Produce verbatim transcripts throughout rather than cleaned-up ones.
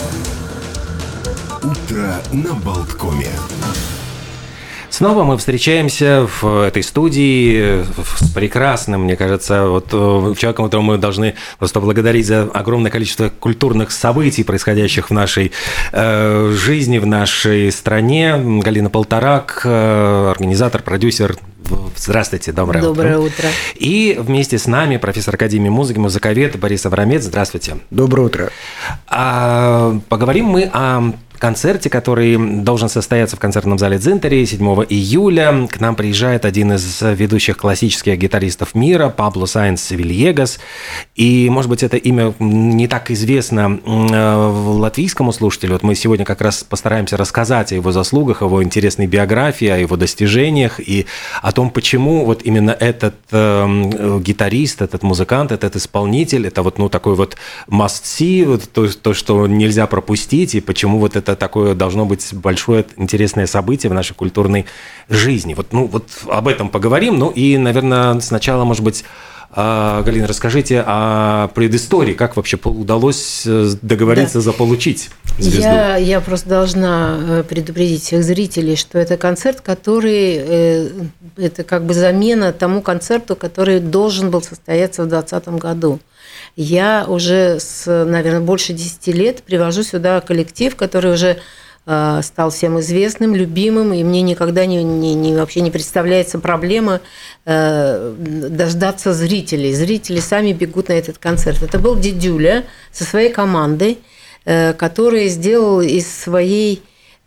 Утро на Болткоме. Снова мы встречаемся в этой студии с прекрасным, мне кажется, вот человеком, которого мы должны просто благодарить за огромное количество культурных событий, происходящих в нашей э, жизни, в нашей стране. Галина Полторак, э, организатор, продюсер. Здравствуйте, доброе, доброе утро. утро. И вместе с нами профессор Академии музыки, музыковед Борис Аврамец. Здравствуйте. Доброе утро. А, поговорим мы о концерте, который должен состояться в концертном зале Дзинтари седьмого июля. К нам приезжает один из ведущих классических гитаристов мира, Пабло Саинз Вильегас. И, может быть, это имя не так известно латвийскому слушателю. Вот мы сегодня как раз постараемся рассказать о его заслугах, о его интересной биографии, о его достижениях и о том, почему вот именно этот э, гитарист, этот музыкант, этот исполнитель, это вот ну, такой вот must-see, вот то, то, что нельзя пропустить, и почему вот это такое должно быть большое интересное событие в нашей культурной жизни. Вот, ну, вот об этом поговорим. Ну и, наверное, сначала, может быть, Галина, расскажите о предыстории, как вообще удалось договориться да. заполучить звезду. Я, я просто должна предупредить всех зрителей, что это концерт, который, это как бы замена тому концерту, который должен был состояться в двадцатом году. Я уже с, наверное, больше десяти лет привожу сюда коллектив, который уже э, стал всем известным, любимым, и мне никогда не, не, не, вообще не представляется проблема э, дождаться зрителей. Зрители сами бегут на этот концерт. Это был Дидюля со своей командой, э, который сделал из своей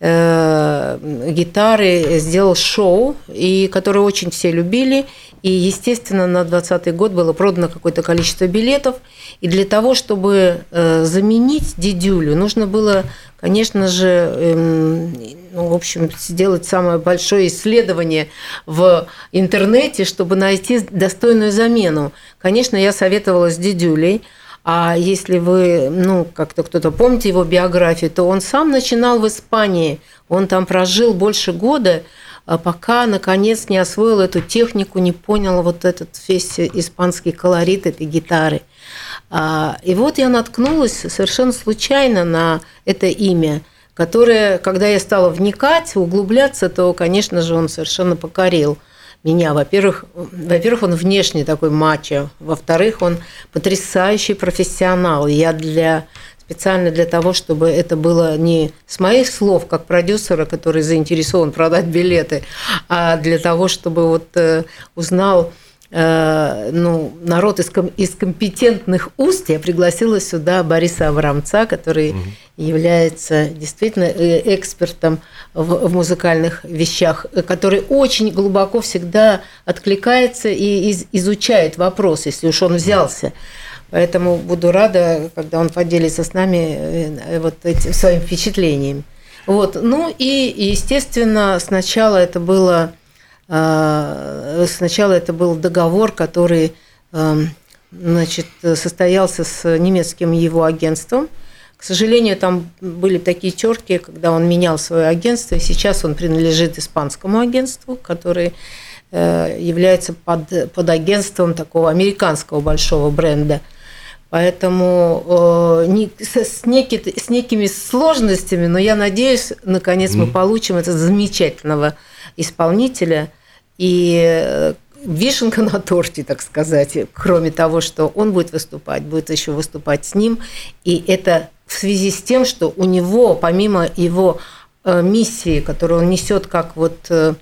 э, гитары, сделал шоу, и которое очень все любили. И, естественно, на двадцатый год было продано какое-то количество билетов. И для того, чтобы э, заменить Дидюлю, нужно было, конечно же, э, ну, в общем, сделать самое большое исследование в интернете, чтобы найти достойную замену. Конечно, я советовала с Дидюлей. А если вы, ну, как-то кто-то помните его биографию, то он сам начинал в Испании. Он там прожил больше года, пока, наконец, не освоил эту технику, не понял вот этот весь испанский колорит этой гитары. И вот я наткнулась совершенно случайно на это имя, которое, когда я стала вникать, углубляться, то, конечно же, он совершенно покорил меня. Во-первых, во-первых, он внешне такой мачо, во-вторых, он потрясающий профессионал. Я для... специально для того, чтобы это было не с моих слов, как продюсера, который заинтересован продать билеты, а для того, чтобы вот э, узнал э, ну, народ из, ком- из компетентных уст, я пригласила сюда Бориса Аврамца, который угу. является действительно экспертом в, в музыкальных вещах, который очень глубоко всегда откликается и из- изучает вопрос, если уж он взялся. Поэтому буду рада, когда он поделится с нами вот этим своим впечатлением. Вот. Ну и, естественно, сначала это было, сначала это был договор, который, значит, состоялся с немецким его агентством. К сожалению, там были такие терки, когда он менял свое агентство, и сейчас он принадлежит испанскому агентству, которое является под, под агентством такого американского большого бренда. Поэтому э, не, с, неки, с некими сложностями, но я надеюсь, наконец мы получим этого замечательного исполнителя. И вишенка на торте, так сказать, кроме того, что он будет выступать, будет еще выступать с ним. И это в связи с тем, что у него, помимо его э, миссии, которую он несет как вот, э,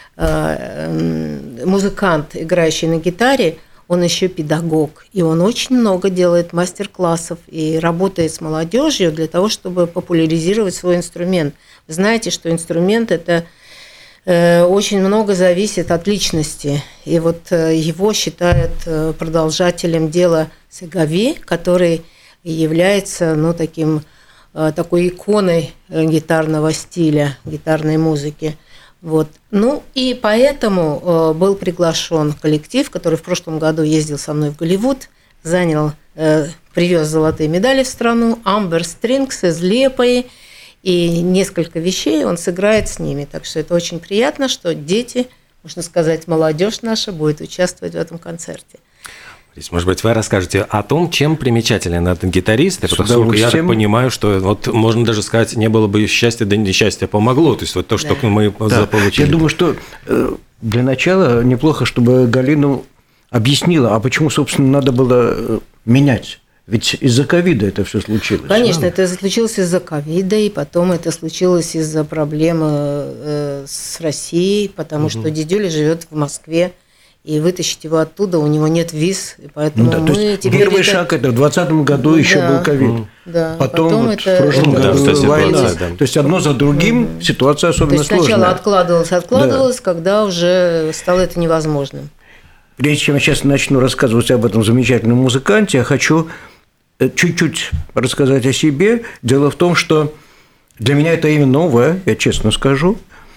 э, музыкант, играющий на гитаре, он еще педагог, и он очень много делает мастер-классов и работает с молодежью для того, чтобы популяризировать свой инструмент. Вы знаете, что инструмент – это э, очень много зависит от личности, и вот э, его считают продолжателем дела Сегави, который является ну, таким, э, такой иконой гитарного стиля, гитарной музыки. Вот. Ну и поэтому э, был приглашен коллектив, который в прошлом году ездил со мной в Голливуд, занял, э, привез золотые медали в страну, Amber Strings из Лиепаи, и несколько вещей он сыграет с ними. Так что это очень приятно, что дети, можно сказать, молодежь наша будет участвовать в этом концерте. Может быть, вы расскажете о том, чем примечателен этот гитарист, потому что я так понимаю, что вот можно даже сказать, не было бы счастья, да несчастье помогло, то есть вот то, что да. мы да. заполучили. Я думаю, что для начала неплохо, чтобы Галина объяснила, а почему, собственно, надо было менять. Ведь из-за ковида это все случилось. Конечно, это случилось из-за ковида, и потом это случилось из-за проблемы с Россией, потому угу. что дедуля живет в Москве, и вытащить его оттуда, у него нет виз, и поэтому ну, да, мы теперь... Первый это... шаг – это в двадцатом году да, еще был ковид, да, потом, потом вот это... в прошлом это... году да, война. Да, да. То есть одно за другим угу. ситуация особенно То есть сложная. Сначала откладывалось, откладывалось, да. когда уже стало это невозможным. Прежде чем я сейчас начну рассказывать об этом замечательном музыканте, я хочу чуть-чуть рассказать о себе. Дело в том, что для меня это имя новое, я честно скажу.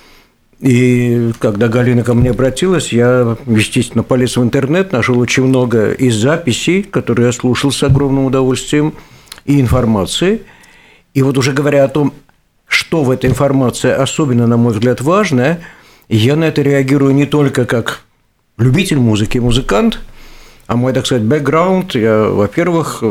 И когда Галина ко мне обратилась, я, естественно, полез в интернет, нашел очень много из записей, которые я слушал с огромным удовольствием, и информации. И вот уже говоря о том, что в этой информации особенно, на мой взгляд, важно, я на это реагирую не только как любитель музыки, музыкант, а мой, так сказать, бэкграунд. Я, во-первых,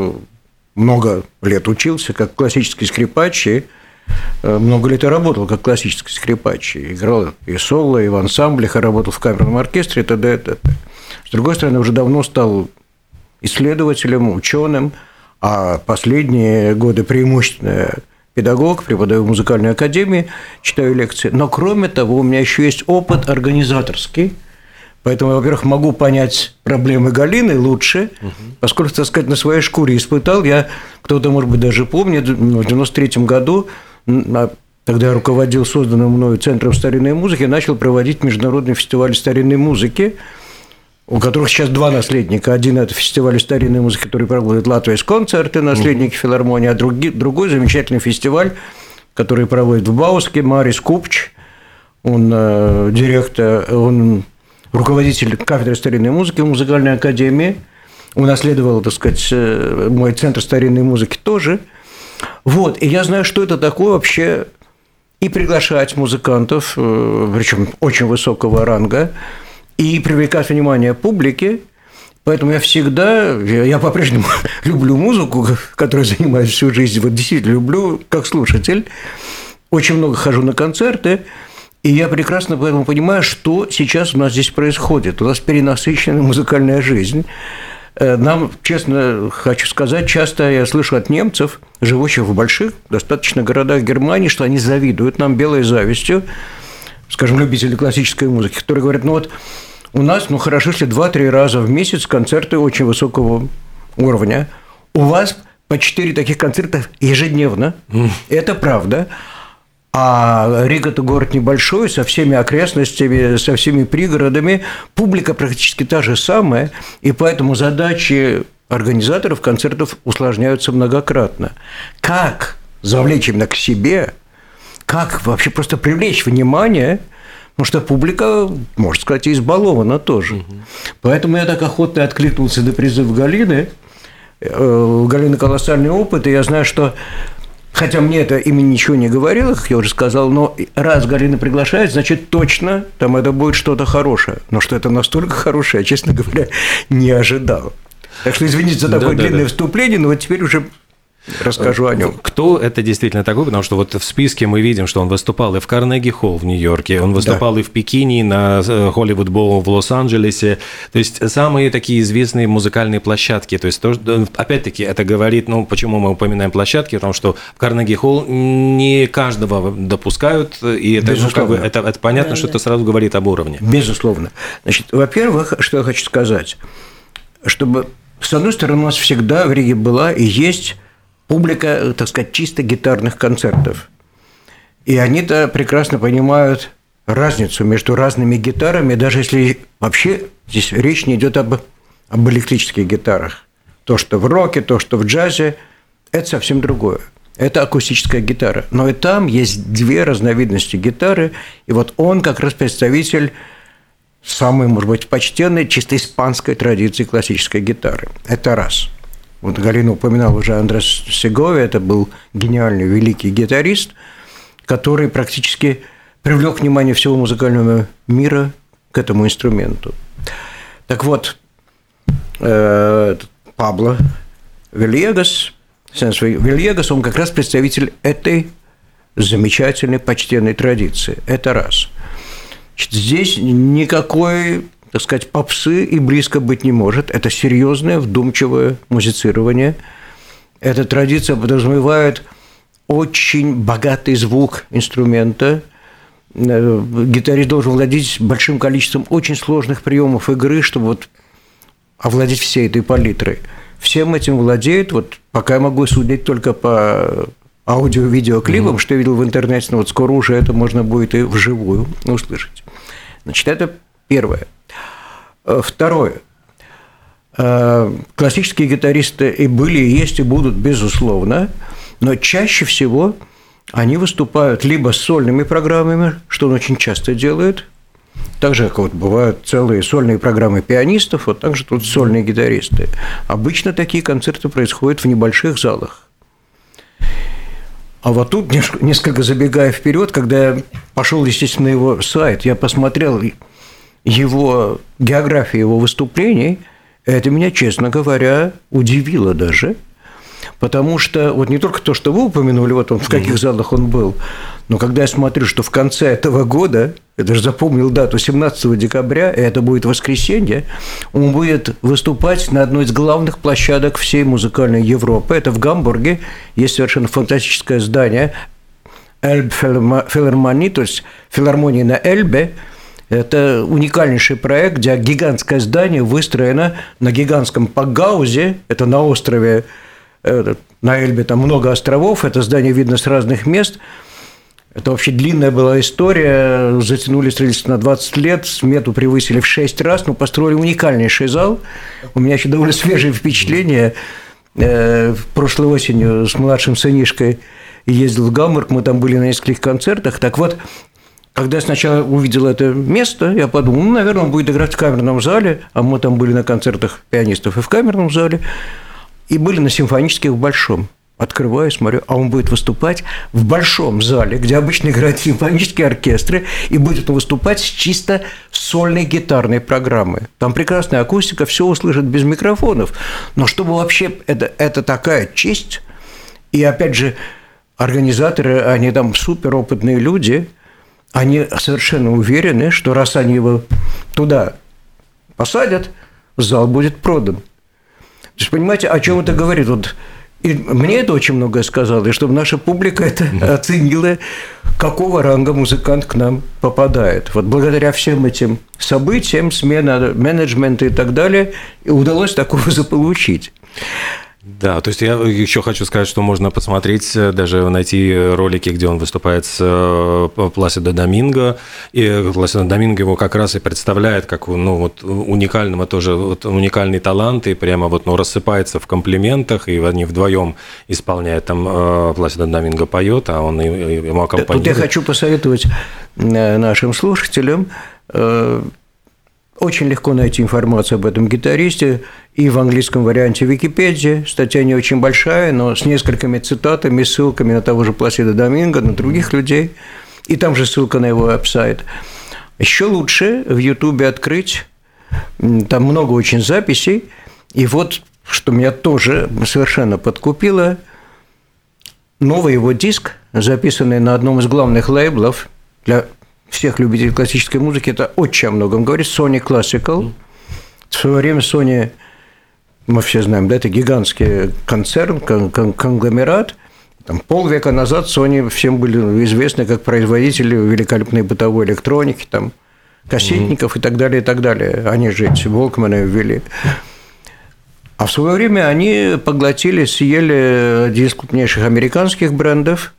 много лет учился как классический скрипач, и много лет я работал как классический скрипач, играл и соло, и в ансамблях, и работал в камерном оркестре, и т.д. и т.п. С другой стороны, уже давно стал исследователем, ученым, а последние годы преимущественно педагог, преподаю в музыкальной академии, читаю лекции. Но, кроме того, у меня еще есть опыт организаторский, поэтому, во-первых, могу понять проблемы Галины лучше, угу. поскольку, так сказать, на своей шкуре испытал. Я, кто-то, может быть, даже помнит, в девяносто третьем году, тогда я руководил созданным мною Центром старинной музыки, начал проводить международный фестиваль старинной музыки, у которых сейчас два наследника. Один – это фестиваль старинной музыки, который проводит Латвийс концерты, наследники филармонии, а другой, другой замечательный фестиваль, который проводит в Бауске, Марис Купч, он э, директор, он руководитель кафедры старинной музыки в музыкальной академии, унаследовал, так сказать, мой Центр старинной музыки тоже. Вот, и я знаю, что это такое вообще и приглашать музыкантов, причем очень высокого ранга, и привлекать внимание публики. Поэтому я всегда, я по-прежнему люблю музыку, которой занимаюсь всю жизнь, вот действительно люблю как слушатель, очень много хожу на концерты, и я прекрасно поэтому понимаю, что сейчас у нас здесь происходит. У нас перенасыщенная музыкальная жизнь. Нам, честно хочу сказать, часто я слышу от немцев, живущих в больших достаточно городах Германии, что они завидуют нам белой завистью, скажем, любители классической музыки, которые говорят, ну вот у нас, ну хорошо, если два-три раза в месяц концерты очень высокого уровня, у вас по четыре таких концерта ежедневно, mm. это правда. А Рига – это город небольшой, со всеми окрестностями, со всеми пригородами. Публика практически та же самая, и поэтому задачи организаторов концертов усложняются многократно. Как завлечь именно к себе, как вообще просто привлечь внимание, потому что публика, можно сказать, и избалована тоже. Угу. Поэтому я так охотно откликнулся на призыв Галины. У Галины колоссальный опыт, и я знаю, что... Хотя мне это имя ничего не говорило, как я уже сказал, но раз Галина приглашает, значит, точно там это будет что-то хорошее. Но что это настолько хорошее, я, честно говоря, не ожидал. Так что извините за такое да, длинное да, да. вступление, но вот теперь уже расскажу о нем. Кто это действительно такой? Потому что вот в списке мы видим, что он выступал и в Карнеги-холл в Нью-Йорке, он выступал да. и в Пекине, на Холливуд Боул в Лос-Анджелесе. То есть самые такие известные музыкальные площадки. То есть, то, опять-таки, это говорит, ну, почему мы упоминаем площадки, потому что в Карнеги-холл не каждого допускают, и это, ну, как бы, это, это понятно, да, что да. это сразу говорит об уровне. Безусловно. Значит, во-первых, что я хочу сказать, чтобы, с одной стороны, у нас всегда в Риге была и есть публика, так сказать, чисто гитарных концертов. И они-то прекрасно понимают разницу между разными гитарами, даже если вообще здесь речь не идет об, об электрических гитарах. То, что в роке, то, что в джазе, это совсем другое. Это акустическая гитара. Но и там есть две разновидности гитары, и вот он как раз представитель самой, может быть, почтенной, чисто испанской традиции классической гитары. Это раз. Вот Галина упоминала уже Андрес Сегови, это был гениальный, великий гитарист, который практически привлек внимание всего музыкального мира к этому инструменту. Так вот, э, Пабло Вильегас, Вильегас, он как раз представитель этой замечательной, почтенной традиции. Это раз. Значит, здесь никакой, так сказать, попсы и близко быть не может. Это серьезное, вдумчивое музицирование. Эта традиция подразумевает очень богатый звук инструмента. Гитарист должен владеть большим количеством очень сложных приемов игры, чтобы вот овладеть всей этой палитрой. Всем этим владеет, вот пока я могу судить только по аудио-видеоклипам, mm-hmm. что я видел в интернете, но вот скоро уже это можно будет и вживую услышать. Значит, это первое. Второе. Классические гитаристы и были, и есть, и будут, безусловно, но чаще всего они выступают либо с сольными программами, что он очень часто делает, так же, как вот бывают целые сольные программы пианистов, вот так же тут сольные гитаристы. Обычно такие концерты происходят в небольших залах. А вот тут, несколько забегая вперед, когда я пошел, естественно, на его сайт, я посмотрел его географию его выступлений, это меня, честно говоря, удивило даже. Потому что вот не только то, что вы упомянули, вот он, в каких залах он был, но когда я смотрю, что в конце этого года, я даже запомнил дату, семнадцатого декабря, и это будет воскресенье, он будет выступать на одной из главных площадок всей музыкальной Европы. Это в Гамбурге, есть совершенно фантастическое здание Эльбфилармонии, то есть филармонии на Эльбе. Это уникальнейший проект, где гигантское здание выстроено на гигантском Пагаузе, это на острове, на Эльбе там много островов, это здание видно с разных мест. Это вообще длинная была история, затянули строительство на двадцать лет, смету превысили в шесть раз, но построили уникальнейший зал. У меня еще довольно свежие впечатления. Прошлой осенью с младшим сынишкой ездил в Гамбург, мы там были на нескольких концертах. Так вот, когда я сначала увидел это место, я подумал, ну, наверное, он будет играть в камерном зале, а мы там были на концертах пианистов и в камерном зале, и были на симфонических в большом. Открываю, смотрю, а он будет выступать в большом зале, где обычно играют симфонические оркестры, и будет он выступать с чисто сольной гитарной программой. Там прекрасная акустика, все услышат без микрофонов. Но чтобы вообще это, это такая честь, и опять же, организаторы, они там суперопытные люди, они совершенно уверены, что раз они его туда посадят, зал будет продан. То есть, понимаете, о чем это говорит? Вот, и мне это очень многое сказало, и чтобы наша публика это оценила, какого ранга музыкант к нам попадает. Вот благодаря всем этим событиям, смена менеджмента и так далее, удалось такого заполучить. Да, то есть я еще хочу сказать, что можно посмотреть, даже найти ролики, где он выступает с Пласидо Доминго, и Пласидо Доминго его как раз и представляет как, ну, вот уникального тоже, вот уникальный талант, и прямо вот, ну, рассыпается в комплиментах, и они вдвоем исполняют, там Пласидо Доминго поет, а он ему аккомпанирует. Тут я хочу посоветовать нашим слушателям. Очень легко найти информацию об этом гитаристе и в английском варианте Википедии. Статья не очень большая, но с несколькими цитатами, ссылками на того же Пласидо Доминго, на других людей. И там же ссылка на его веб-сайт. Еще лучше в Ютубе открыть, там много очень записей. И вот, что меня тоже совершенно подкупило, новый его диск, записанный на одном из главных лейблов для всех любителей классической музыки, это очень о многом говорит. Sony Classical. В свое время Sony, мы все знаем, да, это гигантский концерн, конгломерат. Там, полвека назад Sony всем были известны как производители великолепной бытовой электроники, там, кассетников mm-hmm. и так далее, и так далее. Они же эти Walkman ввели. А в свое время они поглотили, съели один из крупнейших американских брендов,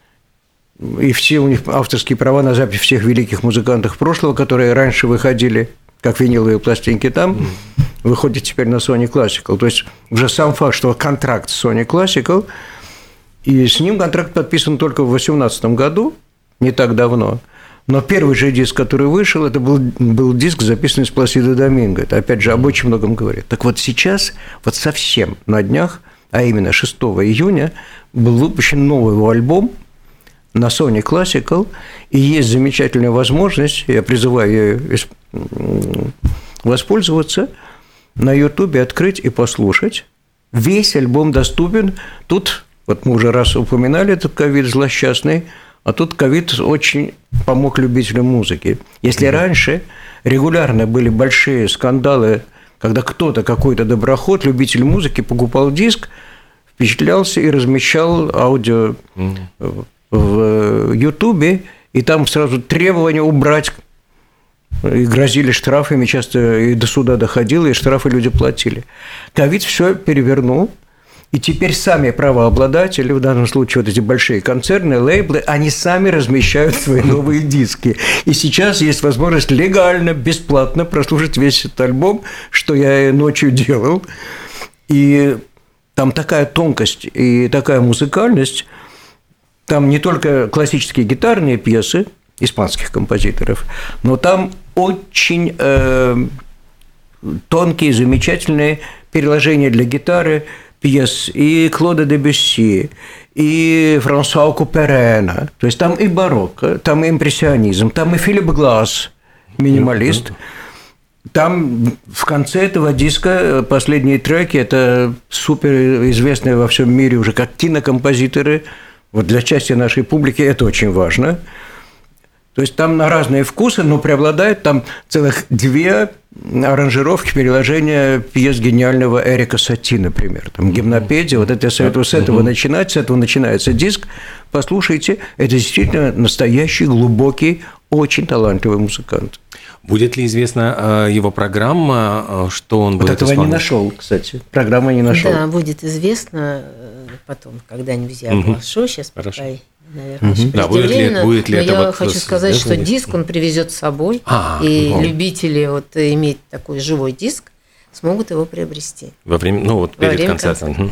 и все у них авторские права на запись всех великих музыкантов прошлого, которые раньше выходили как виниловые пластинки там, mm-hmm. выходят теперь на Sony Classical. То есть уже сам факт, что контракт с Sony Classical, и с ним контракт подписан только в две тысячи восемнадцатом году, не так давно. Но первый же диск, который вышел, это был, был диск, записанный с Пласидо Доминго. Это, опять же, об очень многом говорит. Так вот сейчас, вот совсем на днях, а именно шестого июня, был выпущен новый его альбом на Sony Classical, и есть замечательная возможность, я призываю ею воспользоваться, на Ютубе открыть и послушать. Весь альбом доступен. Тут, вот мы уже раз упоминали этот ковид злосчастный, а тут ковид очень помог любителям музыки. Если mm-hmm. раньше регулярно были большие скандалы, когда кто-то, какой-то доброход, любитель музыки, покупал диск, впечатлялся и размещал аудио mm-hmm. в Ютубе, и там сразу требования убрать, и грозили штрафами, часто и до суда доходило, и штрафы люди платили. Ковид все перевернул, и теперь сами правообладатели, в данном случае вот эти большие концерны, лейблы, они сами размещают свои новые диски. И сейчас есть возможность легально, бесплатно прослушать весь этот альбом, что я ночью делал. И там такая тонкость и такая музыкальность, там не только классические гитарные пьесы испанских композиторов, но там очень э, тонкие, замечательные переложения для гитары пьес и Клода де Бюсси, и Франсуа Куперена. То есть там и барокко, там и импрессионизм, там и Филипп Гласс, минималист. Там в конце этого диска последние треки – это суперизвестные во всем мире уже как кинокомпозиторы. Вот для части нашей публики это очень важно. То есть там на разные вкусы, но преобладает там целых две аранжировки, переложения пьес гениального Эрика Сати, например. Там «Гимнопедия». Вот это я советую с этого начинать, с этого начинается диск. Послушайте, это действительно настоящий, глубокий, очень талантливый музыкант. Будет ли известна его программа, что он вот будет этого исполнять? Не нашел, кстати. Программа не нашел. Да, будет известно потом, когда-нибудь я оглашу. Сейчас пока, наверное, еще да, будет ли, будет ли но это я вот хочу сказать, что диск он привезет с собой, а, и ну. любители вот иметь такой живой диск смогут его приобрести. Во время, ну вот перед концертом. концерта.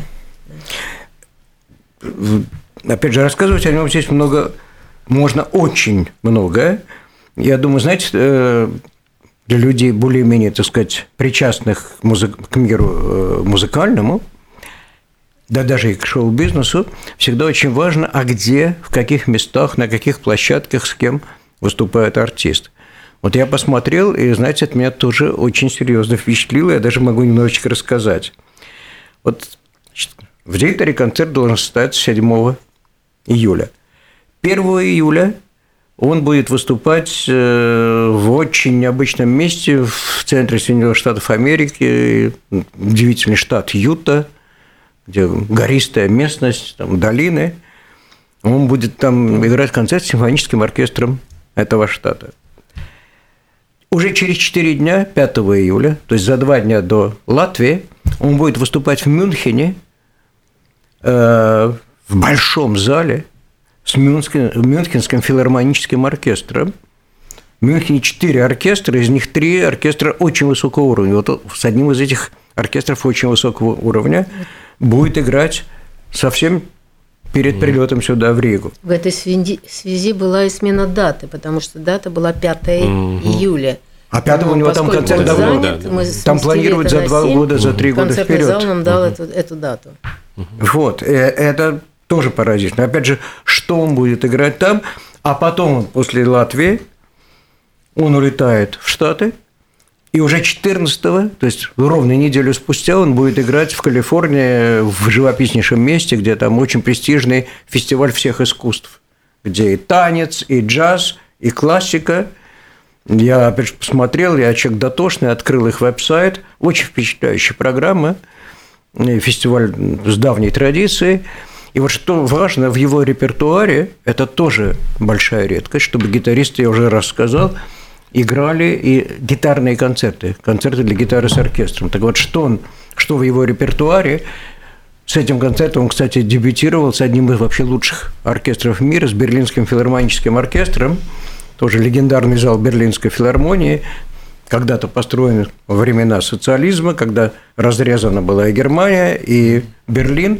Да. Опять же, рассказывать о нем здесь много, можно очень много. Я думаю, знаете, для людей более-менее, так сказать, причастных к миру музыкальному, да даже и к шоу-бизнесу, всегда очень важно, а где, в каких местах, на каких площадках, с кем выступает артист. Вот я посмотрел, и, знаете, это меня тоже очень серьезно впечатлило, я даже могу немножечко рассказать. Вот в Риттере концерт должен состояться седьмого июля. первого июля он будет выступать в очень необычном месте в центре Соединенных Штатов Америки, удивительный штат Юта, где гористая местность, там долины. Он будет там играть концерт с симфоническим оркестром этого штата. Уже через четыре дня, пятого июля, то есть за два дня до Латвии, он будет выступать в Мюнхене, э, в большом зале, с Мюнхен, Мюнхенским филармоническим оркестром. В Мюнхене четыре оркестра, из них три оркестра очень высокого уровня. Вот с одним из этих оркестров очень высокого уровня будет играть совсем перед прилетом сюда, в Ригу. В этой связи была и смена даты, потому что дата была пятого июля. А пятого у него там концерт давно. Да, да. Там планируют за два года, за три года вперед. Концертный зал нам дал эту, эту дату. Вот, это тоже поразительно. Опять же, что он будет играть там, а потом после Латвии он улетает в Штаты, и уже четырнадцатого, то есть ровно неделю спустя, он будет играть в Калифорнии, в живописнейшем месте, где там очень престижный фестиваль всех искусств, где и танец, и джаз, и классика. Я, опять же, посмотрел, я человек дотошный, открыл их веб-сайт, очень впечатляющая программа, фестиваль с давней традицией. И вот что важно в его репертуаре, это тоже большая редкость, чтобы гитаристы, я уже раз сказал, играли и гитарные концерты, концерты для гитары с оркестром. Так вот, что, он, что в его репертуаре, с этим концертом он, кстати, дебютировал с одним из вообще лучших оркестров мира, с Берлинским филармоническим оркестром, тоже легендарный зал Берлинской филармонии, когда-то построен во времена социализма, когда разрезана была и Германия, и Берлин,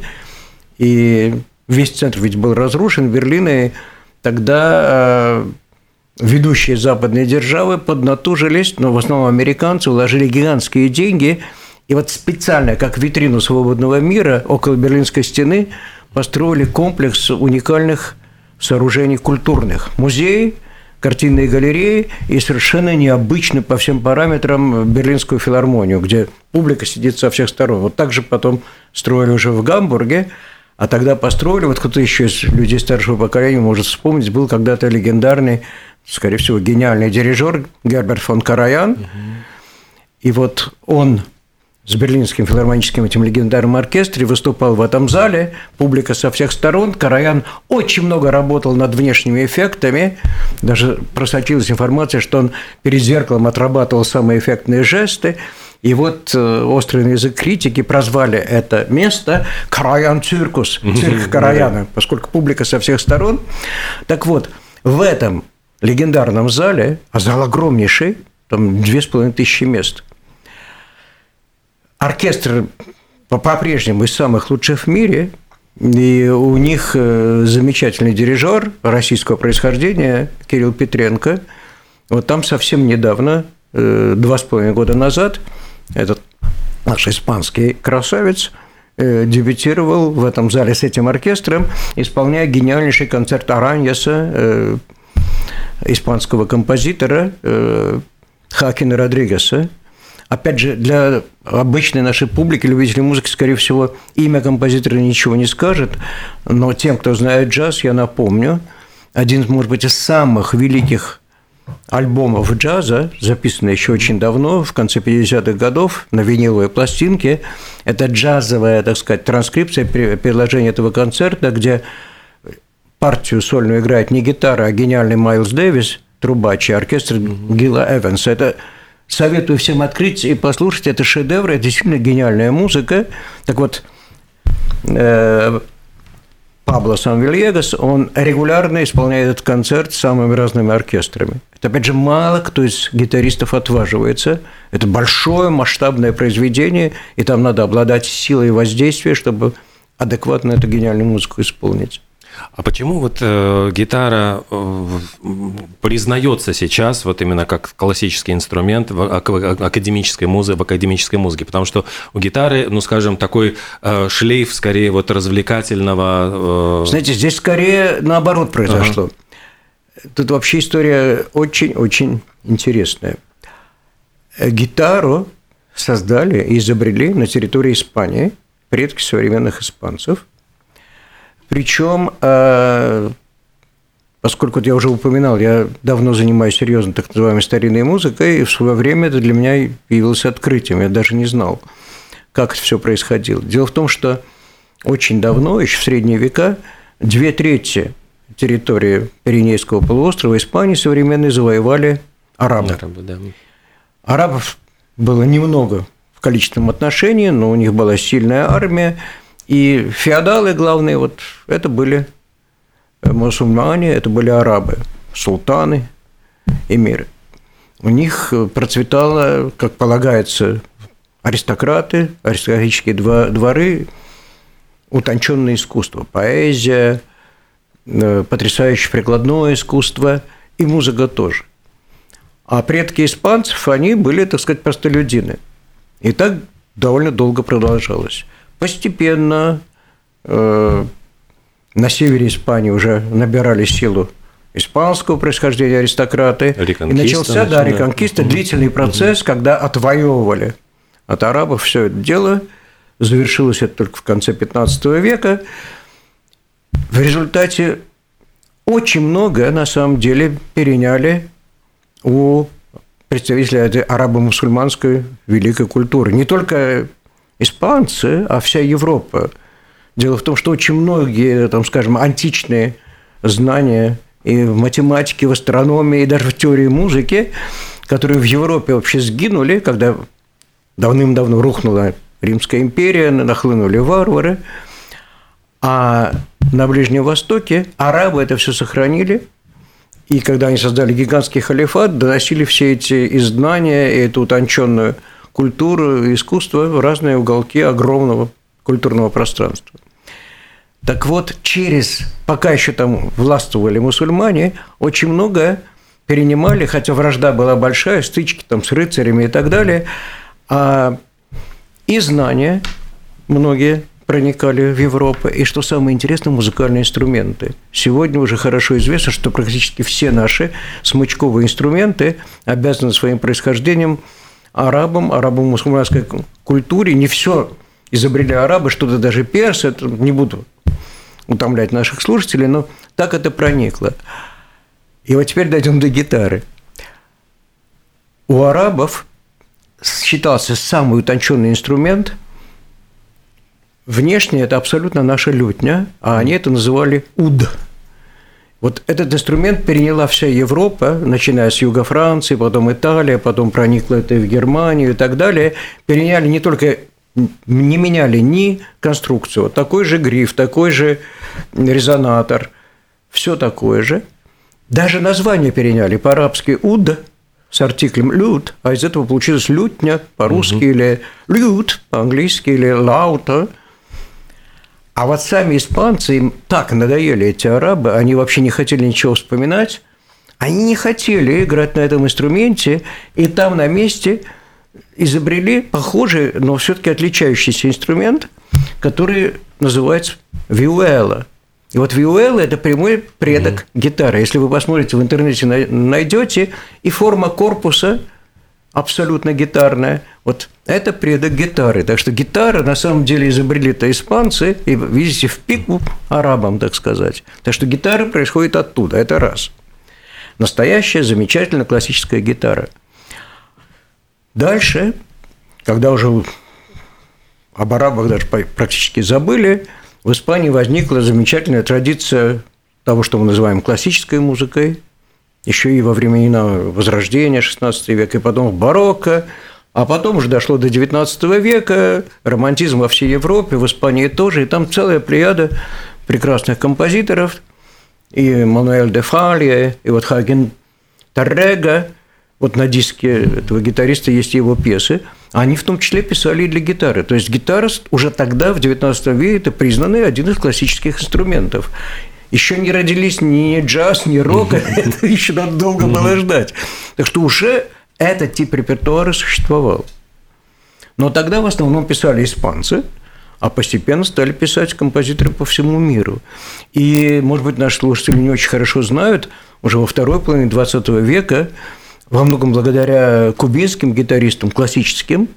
и весь центр ведь был разрушен, Берлин, и тогда ведущие западные державы поднатужились, но в основном американцы вложили гигантские деньги, и вот специально, как витрину свободного мира, около Берлинской стены построили комплекс уникальных сооружений культурных, музей, картинные галереи и совершенно необычно по всем параметрам Берлинскую филармонию, где публика сидит со всех сторон. Вот так же потом строили уже в Гамбурге, а тогда построили, вот кто-то еще из людей старшего поколения может вспомнить, был когда-то легендарный, скорее всего, гениальный дирижер Герберт фон Караян. Угу. И вот он с Берлинским филармоническим этим легендарным оркестром выступал в этом зале, публика со всех сторон. Караян очень много работал над внешними эффектами, даже просочилась информация, что он перед зеркалом отрабатывал самые эффектные жесты. И вот острый на язык критики прозвали это место «Караян-циркус», цирк Караяна, поскольку публика со всех сторон. Так вот, в этом легендарном зале, а зал огромнейший, там две с половиной тысячи мест, оркестр по-прежнему из самых лучших в мире, и у них замечательный дирижер российского происхождения Кирилл Петренко. Вот там совсем недавно, два с половиной года назад, этот наш испанский красавец дебютировал в этом зале с этим оркестром, исполняя гениальнейший концерт Араньеса, испанского композитора Хакина Родригеса. Опять же, для обычной нашей публики, любителей музыки, скорее всего, имя композитора ничего не скажет, но тем, кто знает джаз, я напомню, один, может быть, из самых великих альбомов джаза, записанный еще очень давно, в конце пятидесятых годов, на виниловой пластинке, это джазовая, так сказать, транскрипция, переложение этого концерта, где партию сольную играет не гитара, а гениальный Майлз Дэвис, трубач, и оркестр Гила Эванса. Это советую всем открыть и послушать. Это шедевр, это действительно гениальная музыка. Так вот, э, Пабло Сан-Вильегас, он регулярно исполняет этот концерт с самыми разными оркестрами. Это, опять же, мало кто из гитаристов отваживается. Это большое масштабное произведение, и там надо обладать силой воздействия, чтобы адекватно эту гениальную музыку исполнить. А почему вот э, гитара э, признается сейчас вот именно как классический инструмент в академической музыке, в академической музыке? Потому что у гитары, ну, скажем, такой э, шлейф скорее вот развлекательного. Э... Знаете, здесь скорее наоборот произошло. Ага. Тут вообще история очень-очень интересная. Гитару создали и изобрели на территории Испании предки современных испанцев. Причем, поскольку я уже упоминал, я давно занимаюсь серьезно так называемой старинной музыкой, и в свое время это для меня явилось открытием, я даже не знал, как это все происходило. Дело в том, что очень давно, еще в средние века, две трети территории Пиренейского полуострова Испании современной завоевали арабы. Арабы, да. Арабов было немного в количественном отношении, но у них была сильная армия. И феодалы, главные, вот это были мусульмане, это были арабы, султаны, эмиры. У них процветало, как полагается, аристократы, аристократические дворы, утонченное искусство, поэзия, потрясающее прикладное искусство и музыка тоже. А предки испанцев, они были, так сказать, простолюдины. И так довольно долго продолжалось. Постепенно э, на севере Испании уже набирали силу испанского происхождения аристократы. И начался, да, реконкиста, угу. длительный процесс, угу. когда отвоевывали от арабов все это дело. Завершилось это только в конце пятнадцатого века. В результате очень много, на самом деле, переняли у представителей этой арабо-мусульманской великой культуры. Не только испанцы, а вся Европа. Дело в том, что очень многие, там, скажем, античные знания и в математике, в астрономии, и даже в теории музыки, которые в Европе вообще сгинули, когда давным-давно рухнула Римская империя, нахлынули варвары, а на Ближнем Востоке арабы это все сохранили, и когда они создали гигантский халифат, доносили все эти знания и эту утонченную культуру и искусство в разные уголки огромного культурного пространства. Так вот, через, пока еще там властвовали мусульмане, очень многое перенимали, хотя вражда была большая, стычки там с рыцарями и так далее, а и знания многие проникали в Европу, и, что самое интересное, музыкальные инструменты. Сегодня уже хорошо известно, что практически все наши смычковые инструменты обязаны своим происхождением арабам, арабо-мусульманской культуре. Не все изобрели арабы, что-то даже персы, это не буду утомлять наших слушателей, но так это проникло. И вот теперь дойдем до гитары. У арабов считался самый утонченный инструмент. Внешне это абсолютно наша лютня, а они это называли уд. Вот этот инструмент переняла вся Европа, начиная с юга Франции, потом Италия, потом проникло это и в Германию и так далее. Переняли не только, не меняли ни конструкцию, вот такой же гриф, такой же резонатор, все такое же. Даже название переняли по-арабски уд с артиклем лют, а из этого получилось лютня по-русски, угу. или лют по-английски, или лаута. А вот сами испанцы, им так надоели эти арабы, они вообще не хотели ничего вспоминать, они не хотели играть на этом инструменте, и там на месте изобрели похожий, но все-таки отличающийся инструмент, который называется виуэла. И вот виуэла – это прямой предок mm-hmm. гитары. Если вы посмотрите в интернете, найдете, и форма корпуса абсолютно гитарная. Вот это предок гитары. Так что гитара на самом деле изобрели-то испанцы, и, видите, в пику арабам, так сказать. Так что гитара происходит оттуда, это раз. Настоящая, замечательная классическая гитара. Дальше, когда уже об арабах даже практически забыли, в Испании возникла замечательная традиция того, что мы называем классической музыкой, еще и во времена Возрождения, шестнадцатого века, и потом барокко, а потом уже дошло до девятнадцатого века, романтизм во всей Европе, в Испании тоже, и там целая плеяда прекрасных композиторов, и Мануэль де Фалья, и вот Хаген Таррега, вот на диске этого гитариста есть его пьесы, они в том числе писали и для гитары. То есть гитара уже тогда, в девятнадцатом веке, это признанный один из классических инструментов. Еще не родились ни джаз, ни рок, это еще надо долго было ждать. Так что уже этот тип репертуара существовал. Но тогда в основном писали испанцы, а постепенно стали писать композиторы по всему миру. И, может быть, наши слушатели не очень хорошо знают, уже во второй половине двадцатого века, во многом благодаря кубинским гитаристам, классическим,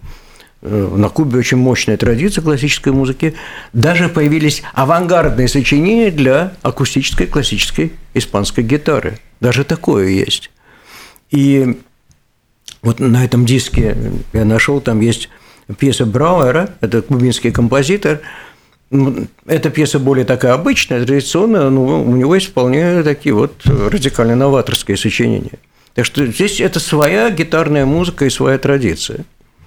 на Кубе очень мощная традиция классической музыки, даже появились авангардные сочинения для акустической классической испанской гитары. Даже такое есть. И вот на этом диске я нашел, там есть пьеса Брауэра, это кубинский композитор. Эта пьеса более такая обычная, традиционная, но у него есть вполне такие вот радикально новаторские сочинения. Так что здесь это своя гитарная музыка и своя традиция.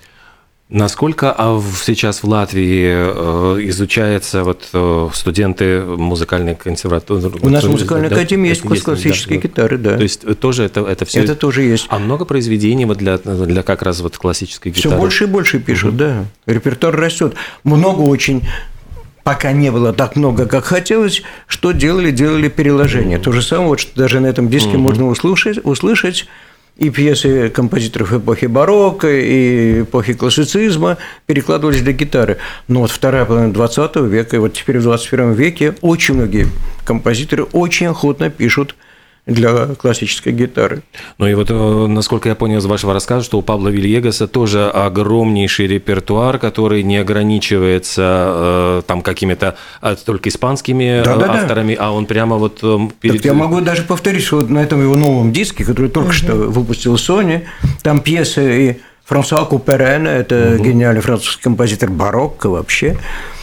Насколько сейчас в Латвии изучаются вот студенты музыкальной консерватории? У нас в музыкальной да, академии есть курс классической да, гитары, да. То есть тоже это, это все. Это тоже есть. А много произведений вот для, для как раз вот классической гитары? Все больше и больше пишут, угу. да. Репертуар растет. Много очень. Пока не было так много, как хотелось, что делали, делали переложения. Mm-hmm. То же самое, вот, что даже на этом диске mm-hmm. можно услышать, услышать и пьесы композиторов эпохи барокко, и эпохи классицизма перекладывались для гитары. Но вот вторая половина двадцатого века, и вот теперь в двадцать первом веке очень многие композиторы очень охотно пишут для классической гитары. Ну и вот, насколько я понял из вашего рассказа, что у Пабло Вильегаса тоже огромнейший репертуар, который не ограничивается там какими-то только испанскими да, да, авторами, да. а он прямо вот... Перед... Так я могу даже повторить, что вот на этом его новом диске, который только угу. что выпустил Sony, там пьесы и Франсуа Куперена, это угу. гениальный французский композитор барокко вообще,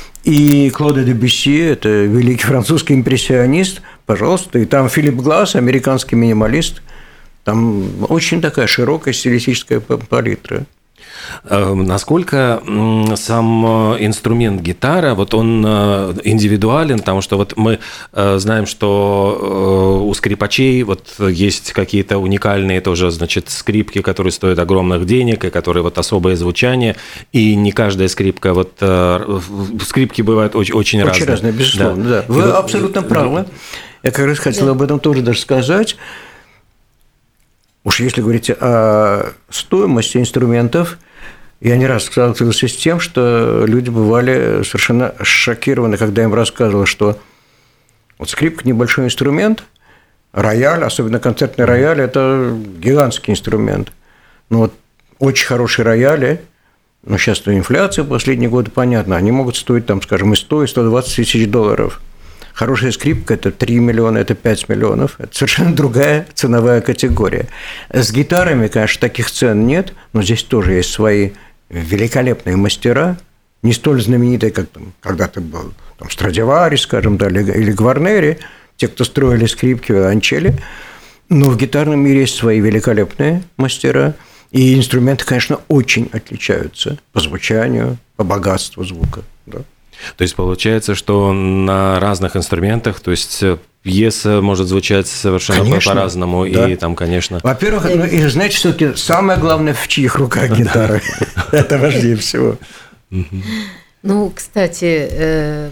и Клода Дебюсси, это великий французский импрессионист, пожалуйста, и там Филипп Гласс, американский минималист, там очень такая широкая стилистическая палитра. Насколько сам инструмент гитара, вот он индивидуален, потому что вот мы знаем, что у скрипачей вот есть какие-то уникальные тоже, значит, скрипки, которые стоят огромных денег, и которые вот особое звучание, и не каждая скрипка, вот скрипки бывают очень, очень, очень разные. Очень разные, безусловно, да. да. Вы вот, абсолютно правы. Я как раз хотел да. об этом тоже даже сказать. Уж если говорить о стоимости инструментов, Я не раз сталкивался с тем, что люди бывали совершенно шокированы, когда им рассказывал, что вот скрипка – небольшой инструмент, рояль, особенно концертный рояль – это гигантский инструмент. Но вот очень хорошие рояли, но сейчас инфляция последние годы, понятно, они могут стоить, там, скажем, и сто, и сто двадцать тысяч долларов. Хорошая скрипка – это три миллиона, это пять миллионов. Это совершенно другая ценовая категория. С гитарами, конечно, таких цен нет, но здесь тоже есть свои великолепные мастера, не столь знаменитые, как там когда-то был там, Страдивари, скажем, да, или Гварнери, те, кто строили скрипки, виолончели. Но в гитарном мире есть свои великолепные мастера, и инструменты, конечно, очень отличаются по звучанию, по богатству звука. Да. То есть получается, что на разных инструментах, то есть пьеса может звучать совершенно конечно, по-разному, да. И там, конечно… Во-первых, ну, и знаете, все-таки самое главное, в чьих руках гитара. Это важнее всего. Ну, кстати,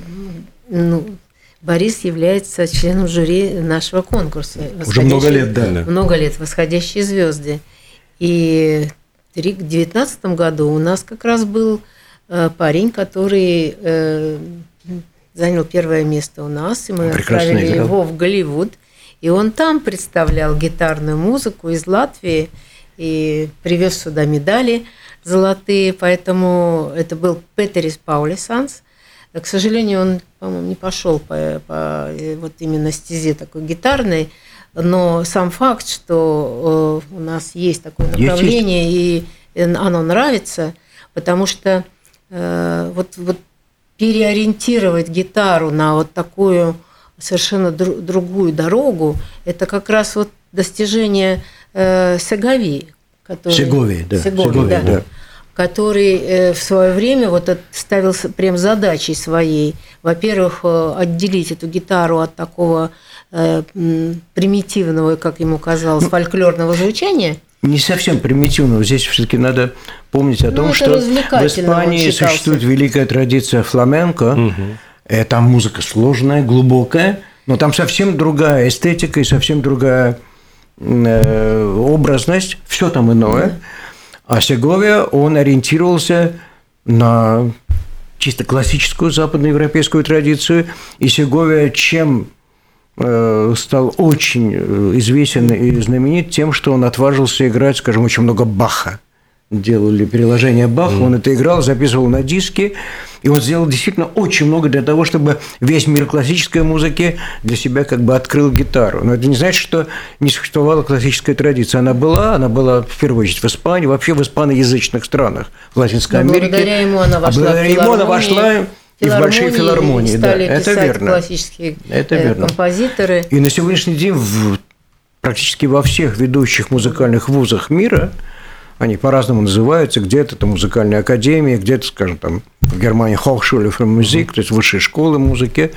Борис является членом жюри нашего конкурса. Уже много лет, да. Много лет, «Восходящие звезды». И в две тысячи девятнадцатом году у нас как раз был парень, который э, занял первое место у нас, и мы прекрасно отправили играл. его в Голливуд, и он там представлял гитарную музыку из Латвии и привез сюда медали золотые, поэтому это был Петерис Паулисанс. К сожалению, он, по-моему, не пошел по, по вот именно стезе такой гитарной, но сам факт, что э, у нас есть такое направление, есть, есть. И оно нравится, потому что Вот, вот переориентировать гитару на вот такую совершенно дру, другую дорогу, это как раз вот достижение э, Сегови, который, Сегови, да, Сегови, Сегови, да, да. который э, в свое время вот ставил прям задачей своей, во-первых, отделить эту гитару от такого э, примитивного, как ему казалось, ну, фольклорного звучания. Не совсем примитивного. Здесь все-таки надо помнить о том, ну, что в Испании существует великая традиция фламенко. Угу. Там музыка сложная, глубокая, но там совсем другая эстетика и совсем другая образность. Все там иное. Угу. А Сеговия, он ориентировался на чисто классическую западноевропейскую традицию. И Сеговия чем стал очень известен и знаменит тем, что он отважился играть, скажем, очень много Баха. Делали переложение Баха, mm. он это играл, записывал на диски, и он сделал действительно очень много для того, чтобы весь мир классической музыки для себя как бы открыл гитару. Но это не значит, что не существовала классическая традиция. Она была, она была в первую очередь в Испании, вообще в испаноязычных странах, в Латинской Но Америке. Благодаря ему она вошла благодаря в ему она вошла и в большие филармонии, да, это верно. Классические это верно. Композиторы. И на сегодняшний день в, практически во всех ведущих музыкальных вузах мира, они по-разному называются, где-то это музыкальные академии, где-то, скажем, там в Германии Hochschule für Musik, то есть высшие школы музыки,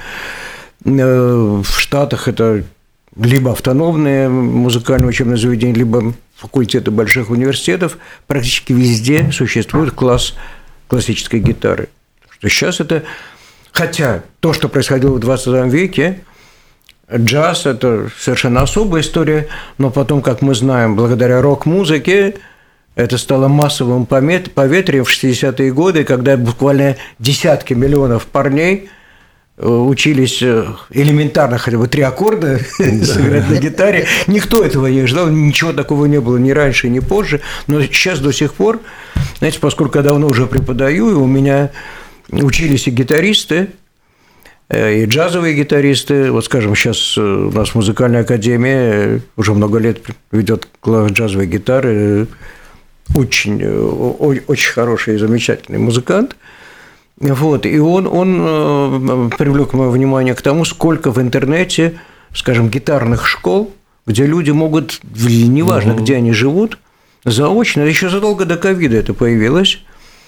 в Штатах это либо автономные музыкальные учебные заведения, либо факультеты больших университетов, практически везде существует класс классической гитары. То сейчас это, хотя то, что происходило в двадцатом веке, джаз – это совершенно особая история, но потом, как мы знаем, благодаря рок-музыке, это стало массовым поветрием в шестидесятые годы, когда буквально десятки миллионов парней учились элементарно хотя бы три аккорда сыграть на гитаре. Никто этого не ждал, ничего такого не было ни раньше, ни позже, но сейчас до сих пор, знаете, поскольку я давно уже преподаю, и у меня учились и гитаристы, и джазовые гитаристы. Вот, скажем, сейчас у нас музыкальная академия уже много лет ведет класс джазовой гитары. Очень, очень хороший и замечательный музыкант. Вот, и он, он привлек мое внимание к тому, сколько в интернете, скажем, гитарных школ, где люди могут, неважно, угу. где они живут, заочно, еще задолго до ковида это появилось,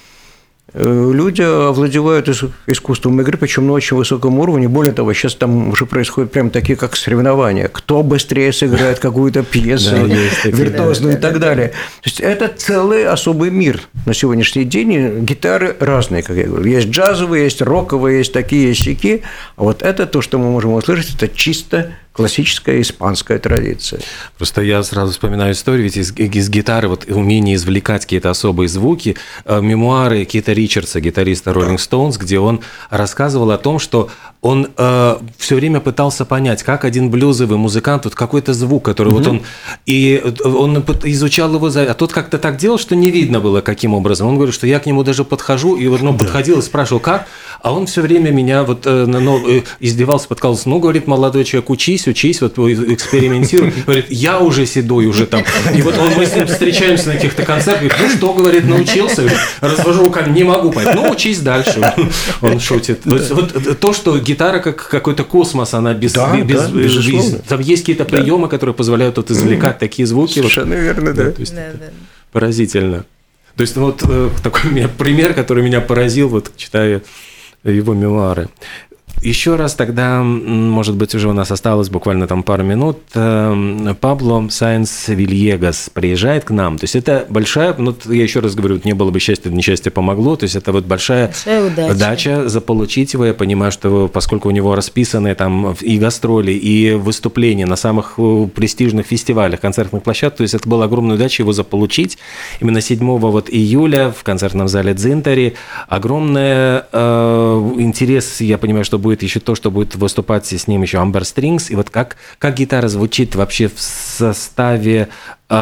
люди овладевают искусством игры, причем на очень высоком уровне. Более того, сейчас там уже происходят прям такие, как соревнования. Кто быстрее сыграет какую-то пьесу виртуозную и так далее. То есть это целый особый мир на сегодняшний день. Гитары разные, как я говорю. Есть джазовые, есть роковые, есть такие, есть сяки. А вот это то, что мы можем услышать, это чисто классическая испанская традиция. Просто я сразу вспоминаю историю, ведь из, из гитары вот умение извлекать какие-то особые звуки, мемуары Кита Ричардса, гитариста Rolling Stones, где он рассказывал о том, что он э, все время пытался понять, как один блюзовый музыкант, вот какой-то звук, который mm-hmm. вот он, и он изучал его, а тот как-то так делал, что не видно было, каким образом. Он говорит, что я к нему даже подхожу, и вот, ну, да. подходил и спрашивал, как, а он все время меня вот ну, издевался, подкалывался, ну, говорит, молодой человек, учись, учись, вот экспериментируй. Говорит, я уже седой, уже там. И вот он, мы с ним встречаемся на каких-то концертах, говорит, ну что, говорит, научился? Развожу руками, не могу понять. Ну, учись дальше. Он шутит. Да. Вот то, что гитара как какой-то космос, она без... Да, без, да, без там есть какие-то да. приемы, которые позволяют вот извлекать mm-hmm. такие звуки. Совершенно вот. Верно, да. да, то есть да, да. Поразительно. То есть вот э, такой у меня пример, который меня поразил, вот читая его мемуары. Еще раз тогда, может быть, уже у нас осталось буквально там пару минут, Пабло Саенс Вильегас приезжает к нам. То есть это большая, ну, я еще раз говорю, не было бы счастья, несчастье помогло. То есть это вот большая, большая удача. удача заполучить его. Я понимаю, что поскольку у него расписаны там и гастроли, и выступления на самых престижных фестивалях, концертных площадках, то есть это была огромная удача его заполучить. Именно седьмого вот июля в концертном зале Дзинтари. Огромный э, интерес, я понимаю, что будет еще то, что будет выступать с ним еще Amber Strings, и вот как, как гитара звучит вообще в составе, э,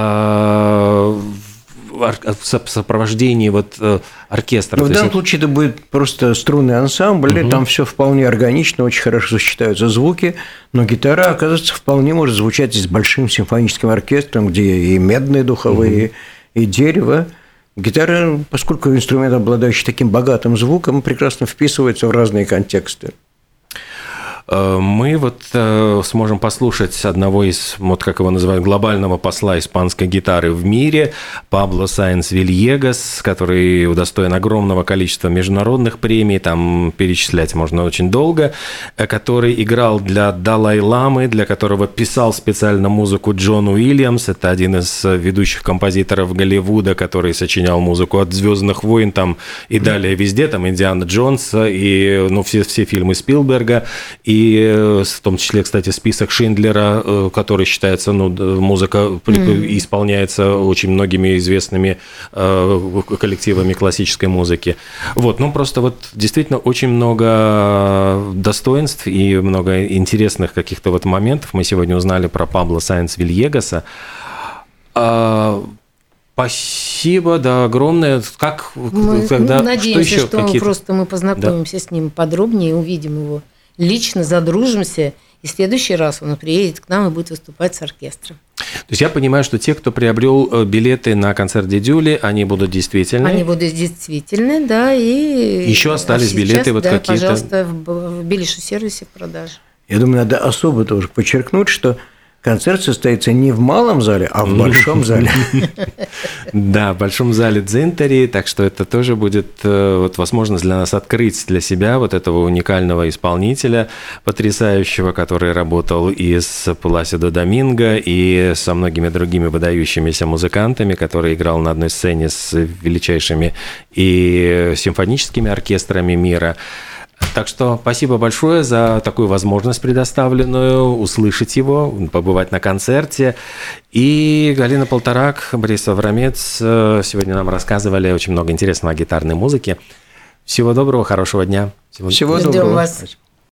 в сопровождении вот, э, оркестра. Ну, в данном случае это будет просто струнный ансамбль, угу. там все вполне органично, очень хорошо сочетаются звуки, но гитара, оказывается, вполне может звучать с большим симфоническим оркестром, где и медные духовые, угу. и дерево. Гитара, поскольку инструмент, обладающий таким богатым звуком, прекрасно вписывается в разные контексты. Мы вот сможем послушать одного из, вот как его называют, глобального посла испанской гитары в мире, Пабло Саенс Вильегас, который удостоен огромного количества международных премий, там перечислять можно очень долго, который играл для Далай-ламы, для которого писал специально музыку Джон Уильямс, это один из ведущих композиторов Голливуда, который сочинял музыку от «Звездных войн» там и далее везде, там «Индиана Джонс» и ну, все, все фильмы Спилберга, и И в том числе, кстати, список Шиндлера, который считается, ну, музыка mm. исполняется очень многими известными коллективами классической музыки. Вот, ну, просто вот действительно очень много достоинств и много интересных каких-то вот моментов. Мы сегодня узнали про Пабло Саенс Вильегаса. Спасибо, да, огромное. Как, мы когда, надеемся, что, еще что мы просто мы познакомимся да. с ним подробнее, увидим его лично, задружимся, и в следующий раз он приедет к нам и будет выступать с оркестром. То есть я понимаю, что те, кто приобрел билеты на концерт Дидюли, они будут действительны? Они будут действительны, да, и... Еще остались а сейчас, билеты вот да, какие-то? Пожалуйста, в билиш-сервисе в продаже. Я думаю, надо особо тоже подчеркнуть, что концерт состоится не в малом зале, а в большом зале. Да, в большом зале Дзинтари, так что это тоже будет вот, возможность для нас открыть для себя вот этого уникального исполнителя, потрясающего, который работал и с Пласидо Доминго, и со многими другими выдающимися музыкантами, который играл на одной сцене с величайшими и симфоническими оркестрами мира. Так что спасибо большое за такую возможность предоставленную, услышать его, побывать на концерте. И Галина Полторак, Борис Аврамец сегодня нам рассказывали очень много интересного о гитарной музыке. Всего доброго, хорошего дня. Всего, Всего доброго. Вас.